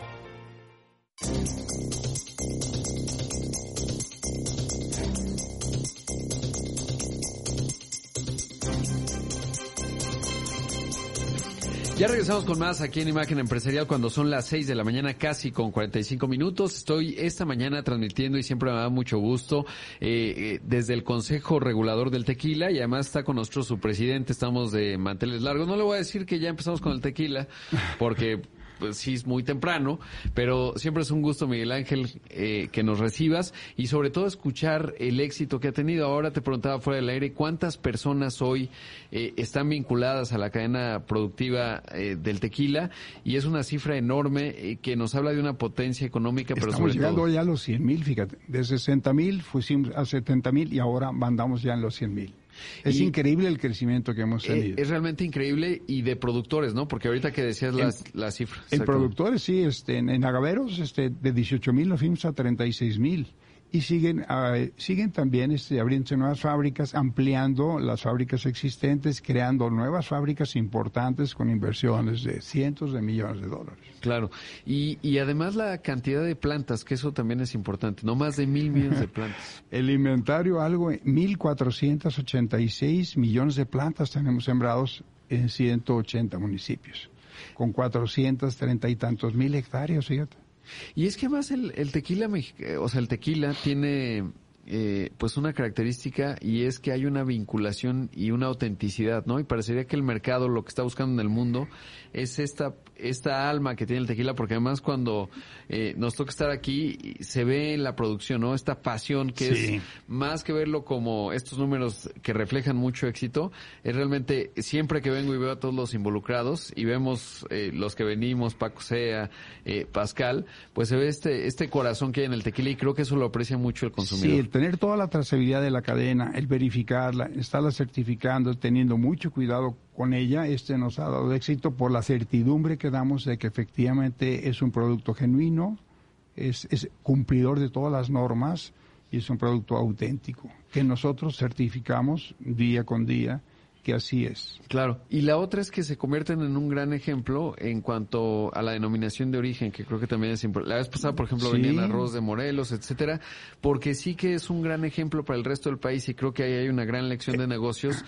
Ya regresamos con más aquí en Imagen Empresarial cuando son las seis de la mañana, casi con cuarenta y cinco minutos. Estoy esta mañana transmitiendo y siempre me da mucho gusto eh, eh, desde el Consejo Regulador del Tequila, y además está con nosotros su presidente. Estamos de manteles largos. No le voy a decir que ya empezamos con el tequila porque pues sí es muy temprano, pero siempre es un gusto, Miguel Ángel, eh, que nos recibas y sobre todo escuchar el éxito que ha tenido. Ahora te preguntaba fuera del aire, ¿cuántas personas hoy eh, están vinculadas a la cadena productiva eh, del tequila? Y es una cifra enorme eh, que nos habla de una potencia económica, pero Estamos sobre llegando todo... ya a los cien mil, fíjate, de sesenta mil fuimos a setenta mil y ahora andamos ya en los cien mil. Es y increíble el crecimiento que hemos tenido. Es realmente increíble, y de productores, ¿no? Porque ahorita que decías las, en, las cifras. En productores, sí, este, en, en agaveros, este, de dieciocho mil nos fuimos a treinta y seis mil. Y siguen uh, siguen también este, abriéndose nuevas fábricas, ampliando las fábricas existentes, creando nuevas fábricas importantes con inversiones de cientos de millones de dólares. Claro, y, y además la cantidad de plantas, que eso también es importante, no más de mil millones de plantas. El inventario, algo, mil cuatrocientos ochenta y seis millones de plantas tenemos sembrados en ciento ochenta municipios, con cuatrocientos treinta y tantos mil hectáreas, fíjate. Y es que además el, el tequila, o sea, el tequila tiene eh, pues una característica, y es que hay una vinculación y una autenticidad, ¿no? Y parecería que el mercado lo que está buscando en el mundo es esta esta alma que tiene el tequila, porque además cuando eh, nos toca estar aquí se ve en la producción, ¿no? Esta pasión que sí. es más que verlo como estos números que reflejan mucho éxito, es realmente siempre que vengo y veo a todos los involucrados y vemos eh, los que venimos, Paco Sea, eh, Pascal, pues se ve este este corazón que hay en el tequila, y creo que eso lo aprecia mucho el consumidor. Sí, el tener toda la trazabilidad de la cadena, el verificarla, estarla certificando, teniendo mucho cuidado con ella, este nos ha dado éxito por la certidumbre que damos de que efectivamente es un producto genuino, es, es cumplidor de todas las normas y es un producto auténtico, que nosotros certificamos día con día que así es. Claro, y la otra es que se convierten en un gran ejemplo en cuanto a la denominación de origen, que creo que también es importante. La vez pasada, por ejemplo, sí. venían arroz de Morelos, etcétera, porque sí que es un gran ejemplo para el resto del país, y creo que ahí hay una gran lección de negocios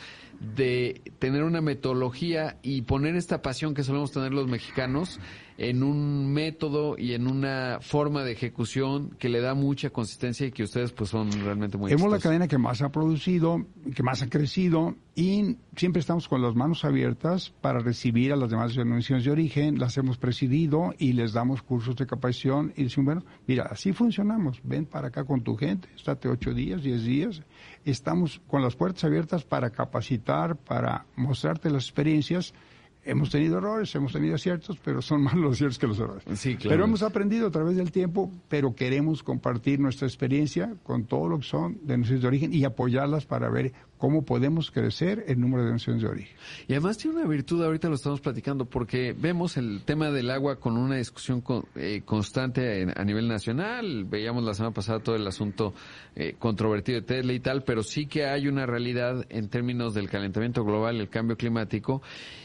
de tener una metodología y poner esta pasión que solemos tener los mexicanos en un método y en una forma de ejecución que le da mucha consistencia, y que ustedes pues son realmente muy Hemos exitosos. La cadena que más ha producido, que más ha crecido, y siempre estamos con las manos abiertas para recibir a las demás denominaciones de origen. Las hemos presidido y les damos cursos de capacitación y decimos, bueno, mira, así funcionamos, ven para acá con tu gente, estate ocho días, diez días. Estamos con las puertas abiertas para capacitar, para mostrarte las experiencias. Hemos tenido errores, hemos tenido aciertos, pero son más los aciertos que los errores. Sí, claro. Pero hemos aprendido a través del tiempo, pero queremos compartir nuestra experiencia con todo lo que son denominaciones de origen y apoyarlas para ver cómo podemos crecer el número de denominaciones de origen. Y además tiene una virtud, ahorita lo estamos platicando, porque vemos el tema del agua con una discusión con, eh, constante en, a nivel nacional. Veíamos la semana pasada todo el asunto eh, controvertido de Tesla y tal, pero sí que hay una realidad en términos del calentamiento global, el cambio climático.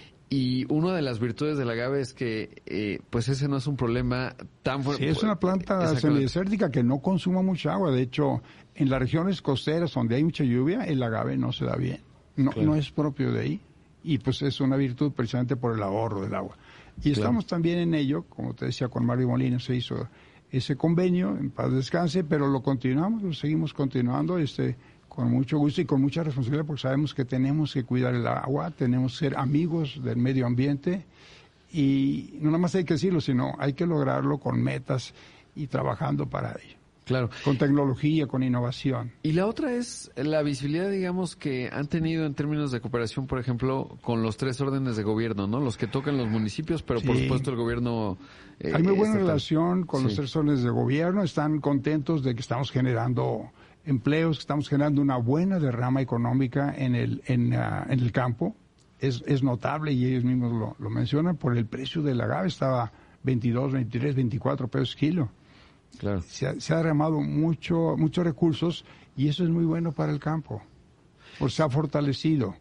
Y una de las virtudes del agave es que, eh, pues ese no es un problema tan fuerte. Sí, es una planta semidesértica que no consuma mucha agua. De hecho, en las regiones costeras donde hay mucha lluvia, el agave no se da bien. No, claro. no es propio de ahí. Y pues es una virtud precisamente por el ahorro del agua. Y claro. estamos también en ello, como te decía, con Mario Molina se hizo ese convenio, en paz descanse, pero lo continuamos, lo seguimos continuando, este... con mucho gusto y con mucha responsabilidad, porque sabemos que tenemos que cuidar el agua, tenemos que ser amigos del medio ambiente, y no nada más hay que decirlo, sino hay que lograrlo con metas y trabajando para ello. Claro. Con tecnología, con innovación. Y la otra es la visibilidad, digamos, que han tenido en términos de cooperación, por ejemplo, con los tres órdenes de gobierno, ¿no? Los que tocan los municipios, pero sí. por supuesto el gobierno... Eh, Hay muy buena estatal. relación con sí. los tres órdenes de gobierno, están contentos de que estamos generando empleos, que estamos generando una buena derrama económica en el en, uh, en el campo. Es, es notable, y ellos mismos lo, lo mencionan, por el precio del agave, estaba veintidós, veintitrés, veinticuatro pesos kilo. Claro. Se ha, se ha derramado mucho, muchos recursos y eso es muy bueno para el campo. Pues se ha fortalecido.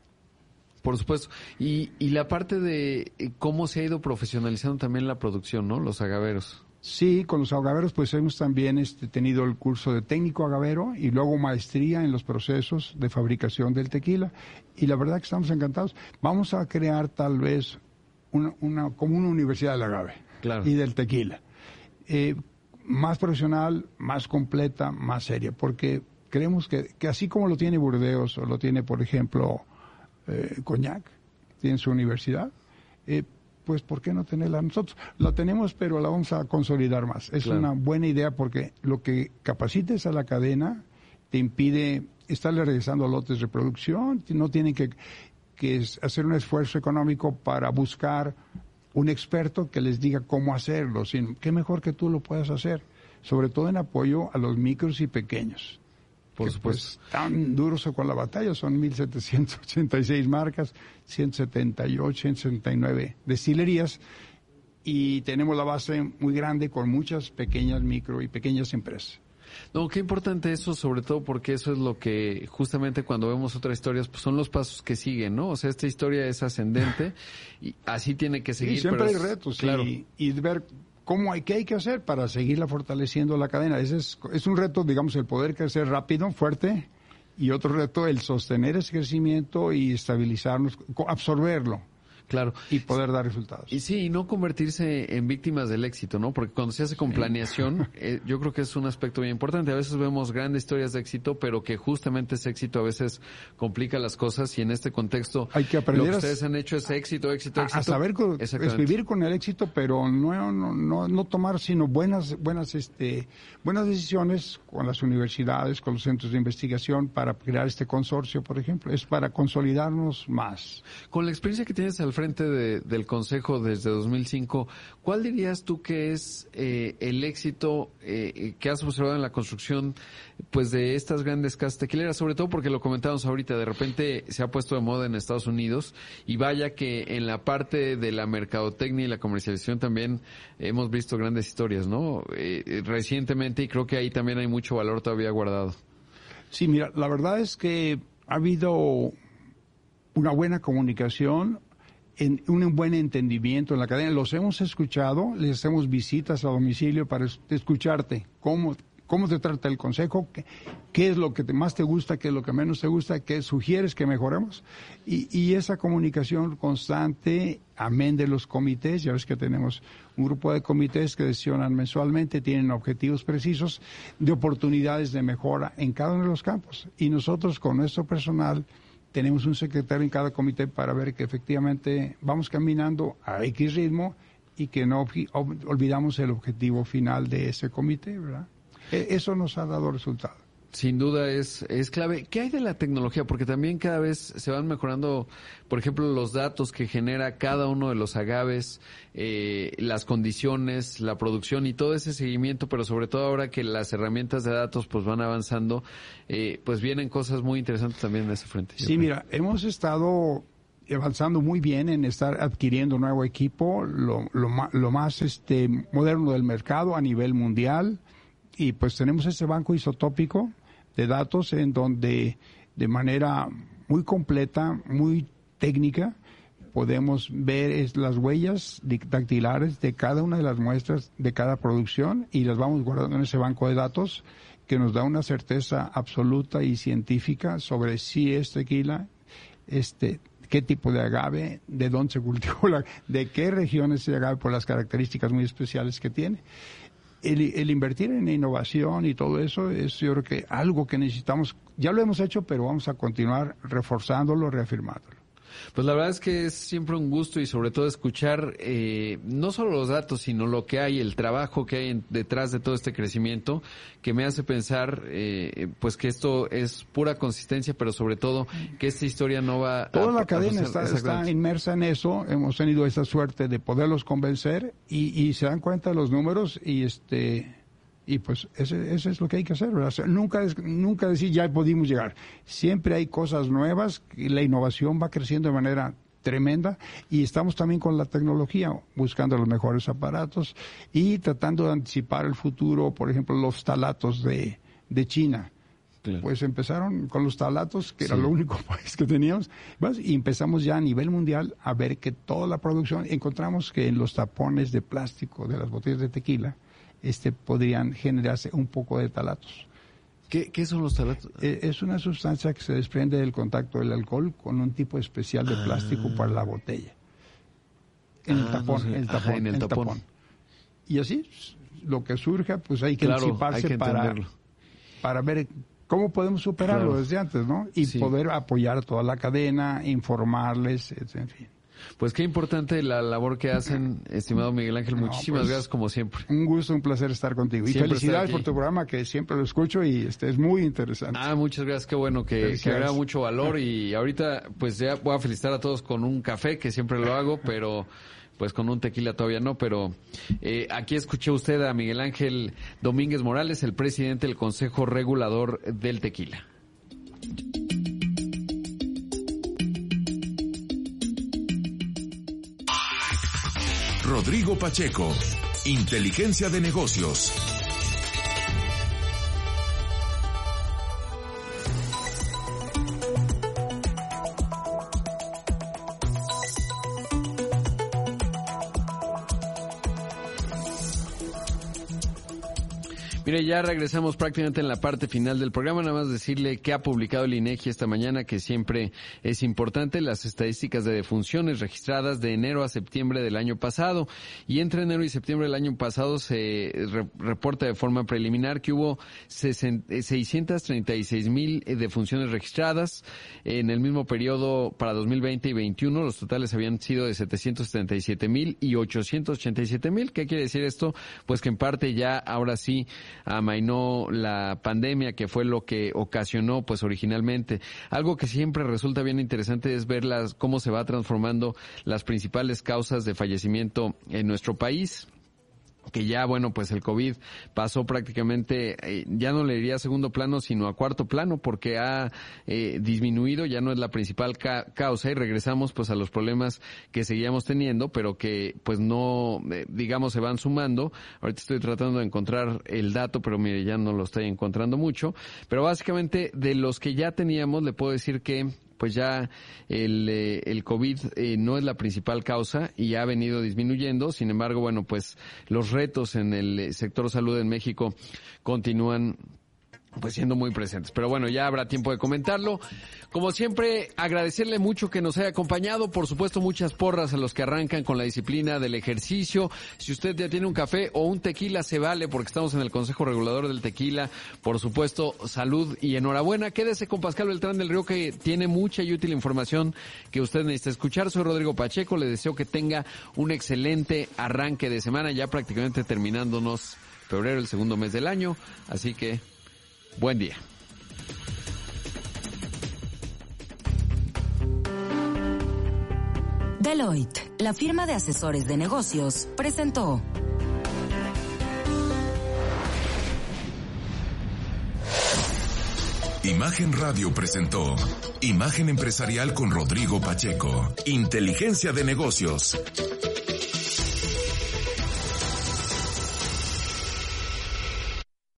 Por supuesto. Y, y la parte de cómo se ha ido profesionalizando también la producción, ¿no? Los agaveros. Sí, con los agaveros pues hemos también este, tenido el curso de técnico agavero y luego maestría en los procesos de fabricación del tequila. Y la verdad que estamos encantados. Vamos a crear tal vez una, una como una universidad del agave. Claro. Y del tequila. Eh, más profesional, más completa, más seria. Porque creemos que, que así como lo tiene Burdeos o lo tiene, por ejemplo, eh, Cognac, tiene su universidad, eh, pues ¿por qué no tenerla nosotros? La tenemos, pero la vamos a consolidar más. Es claro. Una buena idea porque lo que capacites a la cadena te impide estarle regresando a lotes de producción, no tienen que, que hacer un esfuerzo económico para buscar un experto que les diga cómo hacerlo, sino qué mejor que tú lo puedas hacer, sobre todo en apoyo a los micros y pequeños. Por supuesto. Pues, tan duros con la batalla, son mil setecientas ochenta y seis marcas, ciento setenta y ocho, ciento setenta y nueve destilerías y tenemos la base muy grande con muchas pequeñas micro y pequeñas empresas. No, qué importante eso, sobre todo porque eso es lo que justamente cuando vemos otras historias, pues son los pasos que siguen, ¿no? O sea, esta historia es ascendente y así tiene que seguir. Sí, siempre pero hay es, retos, claro. y, y ver cómo hay, qué hay que hacer para seguirla fortaleciendo la cadena. Ese es, es un reto, digamos, el poder crecer rápido, fuerte, y otro reto el sostener ese crecimiento y estabilizarnos, absorberlo. Claro. Y poder dar resultados. Y sí, y no convertirse en víctimas del éxito, ¿no? Porque cuando se hace con sí. planeación, eh, yo creo que es un aspecto bien importante. A veces vemos grandes historias de éxito, pero que justamente ese éxito a veces complica las cosas y en este contexto hay que aprender lo que ustedes han hecho es éxito, éxito, éxito. A, a saber con, es vivir con el éxito, pero no, no, no, no tomar sino buenas, buenas, este, buenas decisiones con las universidades, con los centros de investigación para crear este consorcio, por ejemplo. Es para consolidarnos más. Con la experiencia que tienes al frente de, del Consejo desde dos mil cinco, ¿cuál dirías tú que es eh, el éxito eh, que has observado en la construcción pues de estas grandes casas tequileras? Sobre todo porque lo comentábamos ahorita, de repente se ha puesto de moda en Estados Unidos y vaya que en la parte de la mercadotecnia y la comercialización también hemos visto grandes historias, ¿no? Eh, recientemente, y creo que ahí también hay mucho valor todavía guardado. Sí, mira, la verdad es que ha habido una buena comunicación, en un buen entendimiento en la cadena. Los hemos escuchado, les hacemos visitas a domicilio para escucharte cómo, cómo te trata el consejo, qué, qué es lo que te, más te gusta, qué es lo que menos te gusta, qué sugieres que mejoremos. Y, y esa comunicación constante, amén de los comités, ya ves que tenemos un grupo de comités que decisionan mensualmente, tienen objetivos precisos de oportunidades de mejora en cada uno de los campos. Y nosotros con nuestro personal tenemos un secretario en cada comité para ver que efectivamente vamos caminando a X ritmo y que no olvidamos el objetivo final de ese comité, ¿verdad? Eso nos ha dado resultados. Sin duda es, es clave. ¿Qué hay de la tecnología? Porque también cada vez se van mejorando, por ejemplo, los datos que genera cada uno de los agaves, eh, las condiciones, la producción y todo ese seguimiento, pero sobre todo ahora que las herramientas de datos pues van avanzando, eh, pues vienen cosas muy interesantes también en ese frente. Sí, mira, hemos estado avanzando muy bien en estar adquiriendo nuevo equipo, lo, lo, lo más este moderno del mercado a nivel mundial, y pues tenemos este banco isotópico de datos en donde de manera muy completa, muy técnica, podemos ver es, las huellas dactilares de cada una de las muestras de cada producción y las vamos guardando en ese banco de datos que nos da una certeza absoluta y científica sobre si es tequila, este, qué tipo de agave, de dónde se cultivó, la, de qué región es ese agave por las características muy especiales que tiene. El, el invertir en innovación y todo eso es, yo creo que algo que necesitamos, ya lo hemos hecho, pero vamos a continuar reforzándolo, reafirmándolo. Pues la verdad es que es siempre un gusto y sobre todo escuchar eh, no solo los datos, sino lo que hay, el trabajo que hay en, detrás de todo este crecimiento, que me hace pensar eh, pues que esto es pura consistencia, pero sobre todo que esta historia no va Toda a, la cadena a está, está inmersa en eso, hemos tenido esa suerte de poderlos convencer y, y se dan cuenta de los números y este... Y pues ese, ese es lo que hay que hacer, ¿verdad? O sea, nunca, nunca decir ya pudimos llegar. Siempre hay cosas nuevas y la innovación va creciendo de manera tremenda, y estamos también con la tecnología, buscando los mejores aparatos y tratando de anticipar el futuro, por ejemplo, los talatos de, de China. Claro. Pues empezaron con los talatos, que sí. era lo único país que teníamos, ¿ves? Y empezamos ya a nivel mundial a ver que toda la producción, encontramos que en los tapones de plástico de las botellas de tequila, este podrían generarse un poco de talatos. ¿Qué, ¿Qué son los talatos? Es una sustancia que se desprende del contacto del alcohol con un tipo especial de ah. plástico para la botella. En ah, el tapón, no sé. el tapón, Ajá, en el, el tapón. tapón. Y así, lo que surja, pues hay que claro, anticiparse hay que para, para ver cómo podemos superarlo claro. desde antes, ¿no? Y sí. poder apoyar a toda la cadena, informarles, en fin. Pues qué importante la labor que hacen, estimado Miguel Ángel. No, Muchísimas pues, gracias, como siempre. Un gusto, un placer estar contigo. Y siempre felicidades por tu programa, que siempre lo escucho y este es muy interesante. Ah, muchas gracias. Qué bueno, que, que agrega mucho valor. Y ahorita, pues ya voy a felicitar a todos con un café, que siempre lo hago, pero pues con un tequila todavía no. Pero eh, aquí escuché usted a Miguel Ángel Domínguez Morales, el presidente del Consejo Regulador del Tequila. Rodrigo Pacheco, Inteligencia de Negocios. Mire, ya regresamos prácticamente en la parte final del programa. Nada más decirle que ha publicado el INEGI esta mañana, que siempre es importante, las estadísticas de defunciones registradas de enero a septiembre del año pasado. Y entre enero y septiembre del año pasado se re- reporta de forma preliminar que hubo seiscientas treinta y seis mil defunciones registradas. En el mismo periodo para dos mil veinte y veintiuno, los totales habían sido de setecientos setenta y siete mil y ochocientos ochenta y siete mil. ¿Qué quiere decir esto? Pues que en parte ya ahora sí amainó la pandemia, que fue lo que ocasionó pues originalmente. Algo que siempre resulta bien interesante es ver las, cómo se va transformando las principales causas de fallecimiento en nuestro país, que ya, bueno, pues el COVID pasó prácticamente, eh, ya no le diría a segundo plano, sino a cuarto plano, porque ha eh, disminuido, ya no es la principal ca- causa, y regresamos pues a los problemas que seguíamos teniendo, pero que pues no, eh, digamos, se van sumando. Ahorita estoy tratando de encontrar el dato, pero mire, ya no lo estoy encontrando mucho. Pero básicamente, de los que ya teníamos, le puedo decir que pues ya el, eh, el COVID eh, no es la principal causa y ha venido disminuyendo. Sin embargo, bueno, pues los retos en el sector salud en México continúan pues siendo muy presentes. Pero bueno, ya habrá tiempo de comentarlo. Como siempre, agradecerle mucho que nos haya acompañado. Por supuesto, muchas porras a los que arrancan con la disciplina del ejercicio. Si usted ya tiene un café o un tequila, se vale, porque estamos en el Consejo Regulador del Tequila. Por supuesto, salud y enhorabuena. Quédese con Pascal Beltrán del Río, que tiene mucha y útil información que usted necesita escuchar. Soy Rodrigo Pacheco. Le deseo que tenga un excelente arranque de semana, ya prácticamente terminándonos febrero, el segundo mes del año. Así que buen día. Deloitte, la firma de asesores de negocios, presentó Imagen Radio presentó Imagen Empresarial con Rodrigo Pacheco. Inteligencia de Negocios.